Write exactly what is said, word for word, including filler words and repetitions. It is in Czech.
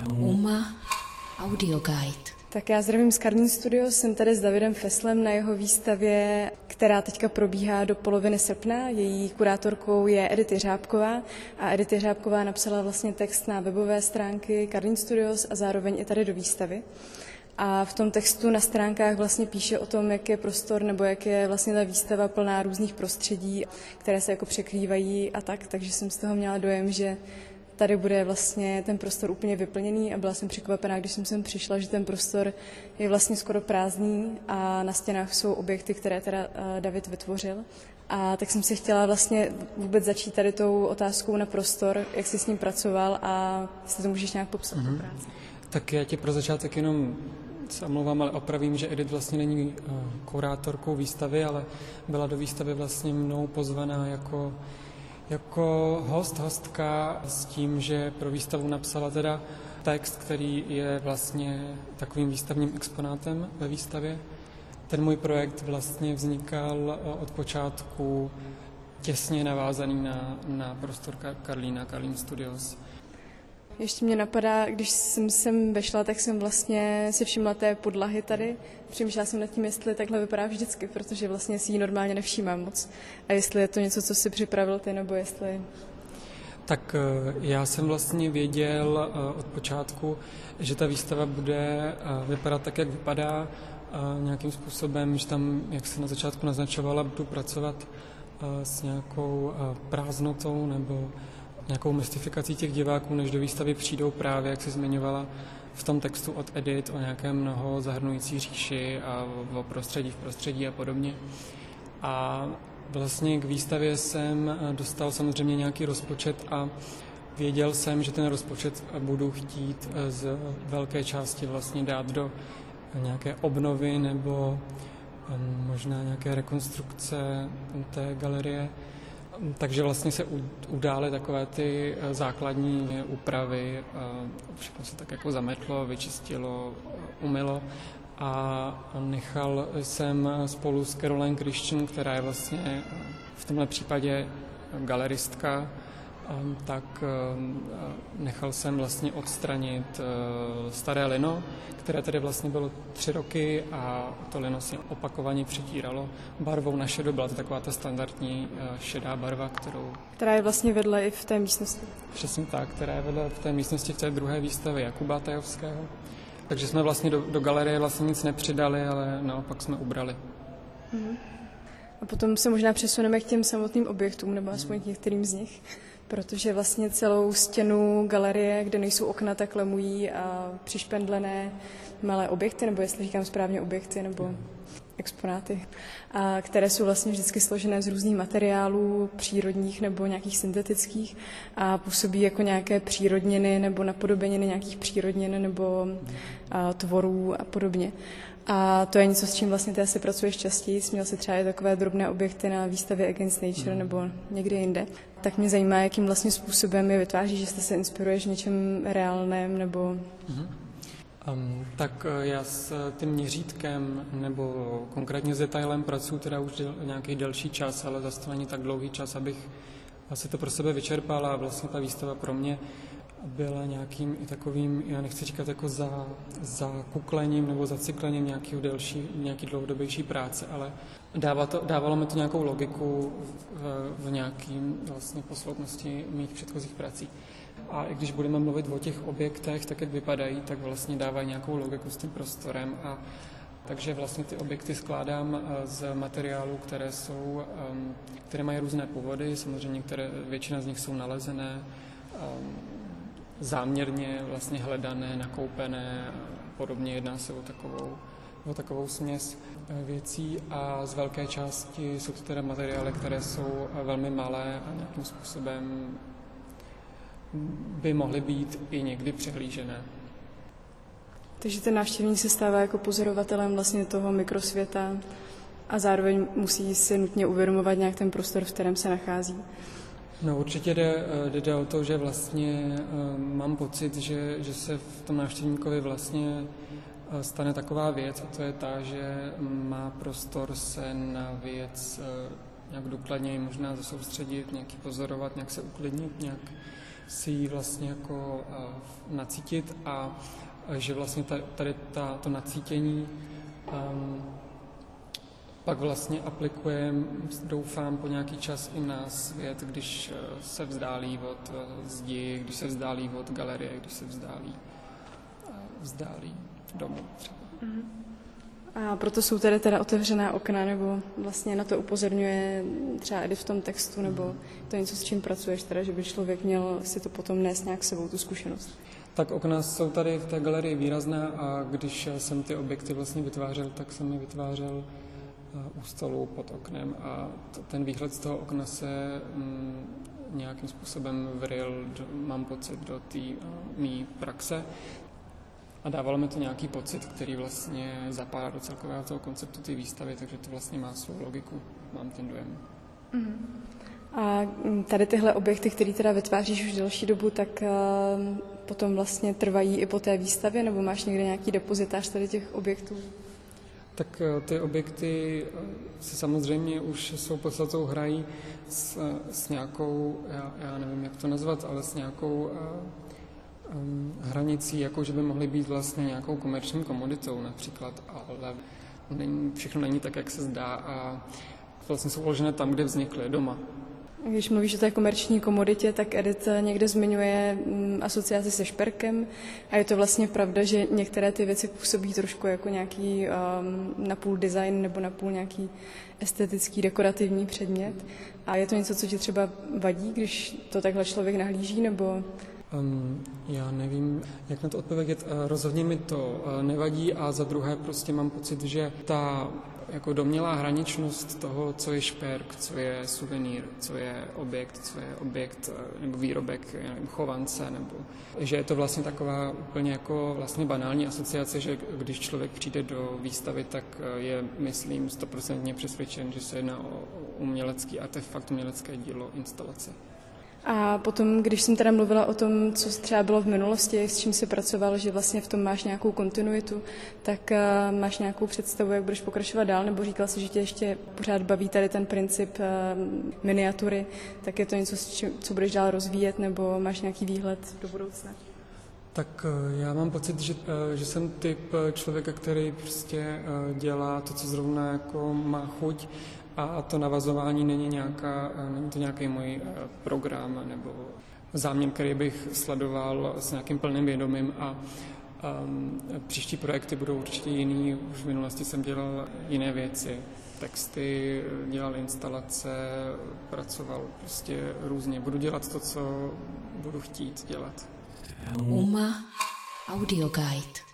UMA Audio Guide. Tak já zdravím z Karlín Studios, jsem tady s Davidem Feslem na jeho výstavě, která teďka probíhá do poloviny srpna. Její kurátorkou je Edith Jeřábková a Edith Jeřábková napsala vlastně text na webové stránky Karlín Studios a zároveň i tady do výstavy. A v tom textu na stránkách vlastně píše o tom, jak je prostor nebo jak je vlastně ta výstava plná různých prostředí, které se jako překrývají a tak, takže jsem z toho měla dojem, že tady bude vlastně ten prostor úplně vyplněný a byla jsem překvapená, když jsem sem přišla, že ten prostor je vlastně skoro prázdný a na stěnách jsou objekty, které teda David vytvořil. A tak jsem si chtěla vlastně vůbec začít tady tou otázkou na prostor, jak jsi s ním pracoval a jestli to můžeš nějak popsat mm-hmm. tu práci. Tak já ti pro začátek jenom se omlouvám, ale opravím, že Edith vlastně není kurátorkou výstavy, ale byla do výstavy vlastně mnou pozvaná jako Jako host, hostka s tím, že pro výstavu napsala teda text, který je vlastně takovým výstavním exponátem ve výstavě. Ten můj projekt vlastně vznikal od počátku těsně navázaný na, na prostor Karlína, Karlín Studios. Ještě mě napadá, když jsem sem vešla, tak jsem vlastně si všimla té podlahy tady. Přemýšlela jsem nad tím, jestli takhle vypadá vždycky, protože vlastně si ji normálně nevšímám moc. A jestli je to něco, co si připravil ty, nebo jestli... Tak já jsem vlastně věděl od počátku, že ta výstava bude vypadat tak, jak vypadá, nějakým způsobem, že tam, jak se na začátku naznačovala, budu pracovat s nějakou prázdnotou nebo nějakou mystifikací těch diváků, než do výstavy přijdou právě, jak jsi zmiňovala v tom textu od Edith, o nějaké mnoho zahrnující říši a o prostředí v prostředí a podobně. A vlastně k výstavě jsem dostal samozřejmě nějaký rozpočet a věděl jsem, že ten rozpočet budu chtít z velké části vlastně dát do nějaké obnovy nebo možná nějaké rekonstrukce té galerie. Takže vlastně se udály takové ty základní úpravy, všechno se tak jako zametlo, vyčistilo, umylo a nechal jsem spolu s Caroline Christian, která je vlastně v tomhle případě galeristka, tak nechal jsem vlastně odstranit staré lino, které tady vlastně bylo tři roky a to lino si opakovaně přetíralo barvou na šedo. Byla to taková ta standardní šedá barva, kterou... Která je vlastně vedle i v té místnosti. Přesně tak, která je vedle v té místnosti v té druhé výstavě Jakuba Tajovského. Takže jsme vlastně do, do galerie vlastně nic nepřidali, ale naopak jsme ubrali. Mm. A potom se možná přesuneme k těm samotným objektům, nebo aspoň k některým z nich. Protože vlastně celou stěnu galerie, kde nejsou okna, tak lemují a přišpendlené malé objekty, nebo jestli říkám správně objekty, nebo exponáty, a které jsou vlastně vždycky složené z různých materiálů, přírodních nebo nějakých syntetických a působí jako nějaké přírodniny nebo napodobeniny nějakých přírodnin nebo a, tvorů a podobně. A to je něco, s čím vlastně ty asi pracuješ častěji. Měl si třeba i takové drobné objekty na výstavě Against Nature mm. nebo někde jinde. Tak mě zajímá, jakým vlastně způsobem je vytváříš, jestli se inspiruješ něčem reálném nebo... Mm. Um, tak já s tím měřítkem nebo konkrétně s detailem pracuji teda už del, nějaký delší čas, ale zase to není tak dlouhý čas, abych asi to pro sebe vyčerpal a vlastně ta výstava pro mě byla nějakým i takovým, já nechci říkat jako za, za kuklením nebo zacyklením nějakého delší, nějaký dlouhodobější práce, ale dávalo, to, dávalo mi to nějakou logiku v, v nějakým vlastně posloupnosti mých předchozích prací. A i když budeme mluvit o těch objektech, tak jak vypadají, tak vlastně dávají nějakou logiku s tím prostorem. A takže vlastně ty objekty skládám z materiálů, které jsou, které mají různé původy, samozřejmě které, většina z nich jsou nalezené, záměrně vlastně hledané, nakoupené, podobně jedná se o takovou, o takovou směs věcí a z velké části jsou to teda materiály, které jsou velmi malé a nějakým způsobem by mohly být i někdy přehlížené. Takže ten návštěvník se stává jako pozorovatelem vlastně toho mikrosvěta a zároveň musí si nutně uvědomovat nějak ten prostor, v kterém se nachází. No určitě jde, jde o to, že vlastně mám pocit, že, že se v tom návštěvníkovi vlastně stane taková věc a to je ta, že má prostor se na věc nějak důkladněji možná zasoustředit, nějaký pozorovat, nějak se uklidnit, nějak si ji vlastně jako nacítit a že vlastně tady ta, to nacítění um, pak vlastně aplikujeme, doufám, po nějaký čas i na svět, když se vzdálí od zdi, když se vzdálí od galerie, když se vzdálí, vzdálí domu třeba. A proto jsou tady teda otevřená okna, nebo vlastně na to upozorňuje třeba Edith v tom textu, nebo to něco, s čím pracuješ, teda, že by člověk měl si to potom nést nějak sebou, tu zkušenost? Tak okna jsou tady v té galerii výrazná a když jsem ty objekty vlastně vytvářel, tak jsem je vytvářel u stolu pod oknem a ten výhled z toho okna se mm, nějakým způsobem vril, mám pocit, do té mý praxe a dávalo mi to nějaký pocit, který vlastně zapadá do celkového toho konceptu té výstavy, takže to vlastně má svou logiku, mám ten dojem. Mm-hmm. A tady tyhle objekty, které teda vytváříš už delší dobu, tak uh, potom vlastně trvají i po té výstavě, nebo máš někde nějaký depozitář tady těch objektů? Tak ty objekty se samozřejmě už svou podstatou hrají s, s nějakou, já, já nevím, jak to nazvat, ale s nějakou um, hranicí, jako že by mohly být vlastně nějakou komerční komoditou například, ale není, všechno není tak, jak se zdá a vlastně jsou uložené tam, kde vznikly, doma. Když mluvíš o té komerční komoditě, tak Edith někde zmiňuje asociaci se šperkem a je to vlastně pravda, že některé ty věci působí trošku jako nějaký um, napůl design nebo napůl nějaký estetický, dekorativní předmět. A je to něco, co ti třeba vadí, když to takhle člověk nahlíží, nebo... Um, já nevím, jak na to odpovědět. Rozhodně mi to nevadí a za druhé prostě mám pocit, že ta jako domnělá hraničnost toho, co je šperk, co je suvenýr, co je objekt, co je objekt nebo výrobek, já nevím, chovance, nebo že je to vlastně taková úplně jako vlastně banální asociace, že když člověk přijde do výstavy, tak je, myslím, stoprocentně přesvědčen, že se jedná o umělecký artefakt, umělecké dílo, instalace. A potom, když jsem teda mluvila o tom, co třeba bylo v minulosti, s čím jsi pracoval, že vlastně v tom máš nějakou kontinuitu, tak uh, máš nějakou představu, jak budeš pokračovat dál, nebo říkal jsi, že tě ještě pořád baví tady ten princip uh, miniatury, tak je to něco, co budeš dál rozvíjet, nebo máš nějaký výhled do budoucna? Tak já mám pocit, že, že jsem typ člověka, který prostě dělá to, co zrovna jako má chuť, a to navazování není, nějaká, není to nějaký můj program nebo záměr, který bych sledoval s nějakým plným vědomím a um, příští projekty budou určitě jiný. Už v minulosti jsem dělal jiné věci, texty, dělal instalace, pracoval prostě různě. Budu dělat to, co budu chtít dělat. UMA Audio Guide.